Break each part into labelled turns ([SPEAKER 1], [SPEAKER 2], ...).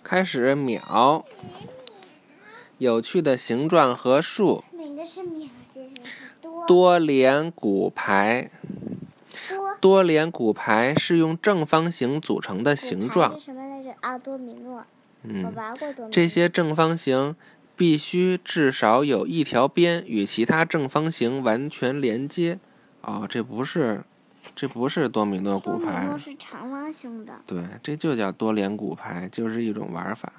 [SPEAKER 1] 开始秒。有趣的形状和数。
[SPEAKER 2] 哪个是秒？这是
[SPEAKER 1] 多连骨牌。多连骨牌是用正方形组成的形状。
[SPEAKER 2] 是什么来着？啊，多米诺。我玩过多米诺。
[SPEAKER 1] 这些正方形必须至少有一条边与其他正方形完全连接。哦，这不是多米诺骨牌。
[SPEAKER 2] 多米诺是长方形的。
[SPEAKER 1] 对，这就叫多连骨牌，就是一种玩法。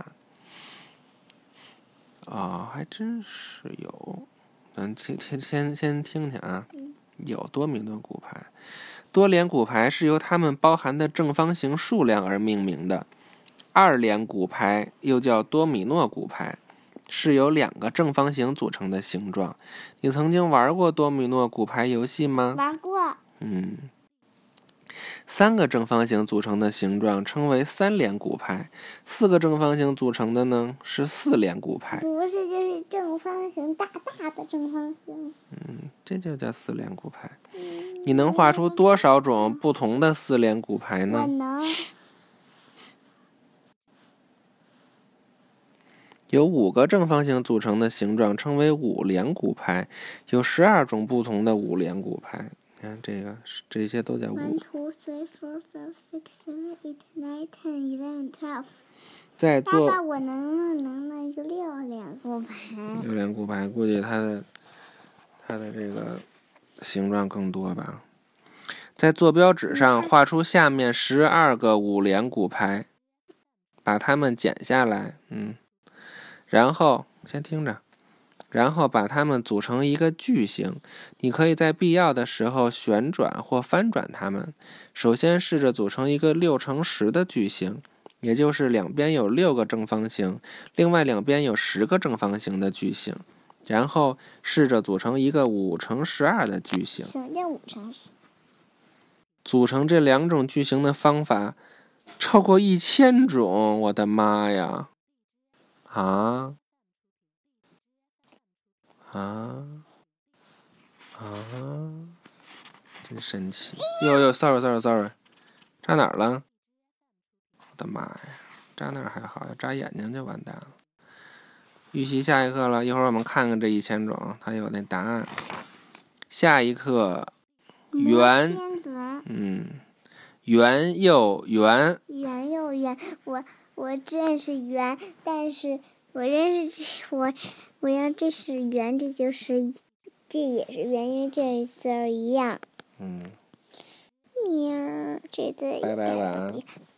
[SPEAKER 1] 哦，还真是有。先听听啊。有多米诺骨牌。多连骨牌是由它们包含的正方形数量而命名的。二连骨牌又叫多米诺骨牌，是由两个正方形组成的形状。你曾经玩过多米诺骨牌游戏吗？
[SPEAKER 2] 玩过。
[SPEAKER 1] 三个正方形组成的形状称为三连骨牌，四个正方形组成的呢是四连骨牌。
[SPEAKER 2] 不是，就是正方形，大大的正方形。
[SPEAKER 1] 这就叫四连骨牌。你能画出多少种不同的四连骨牌呢？
[SPEAKER 2] 我能。
[SPEAKER 1] 有5个正方形组成的形状称为五连骨牌，有12种不同的五连骨牌。看这些都叫五。
[SPEAKER 2] 1 2 3 4 5 6 7 8 9 10 11 12。爸爸，我能那个6连骨牌。
[SPEAKER 1] 6连骨牌，估计它的这个形状更多吧。在坐标纸上画出下面12个五连骨牌，把它们剪下来，然后先听着，然后把它们组成一个矩形。你可以在必要的时候旋转或翻转它们。首先试着组成一个6乘10的矩形，也就是两边有6个正方形，另外两边有10个正方形的矩形。然后试着组成一个5乘12的矩形。
[SPEAKER 2] 什么叫5乘10？
[SPEAKER 1] 组成这两种矩形的方法超过1000种，我的妈呀！真神奇。sorry， 扎哪儿了？我的妈呀，扎那儿还好，要扎眼睛就完蛋了。预习下一课了，一会儿我们看看这1000种，它有那答案。下一课，圆，圆又圆。
[SPEAKER 2] 圆又圆，我认识圆，但是我要这是圆，这也是圆，因为这字儿一样。
[SPEAKER 1] 喵，
[SPEAKER 2] 这字
[SPEAKER 1] 拜拜晚安。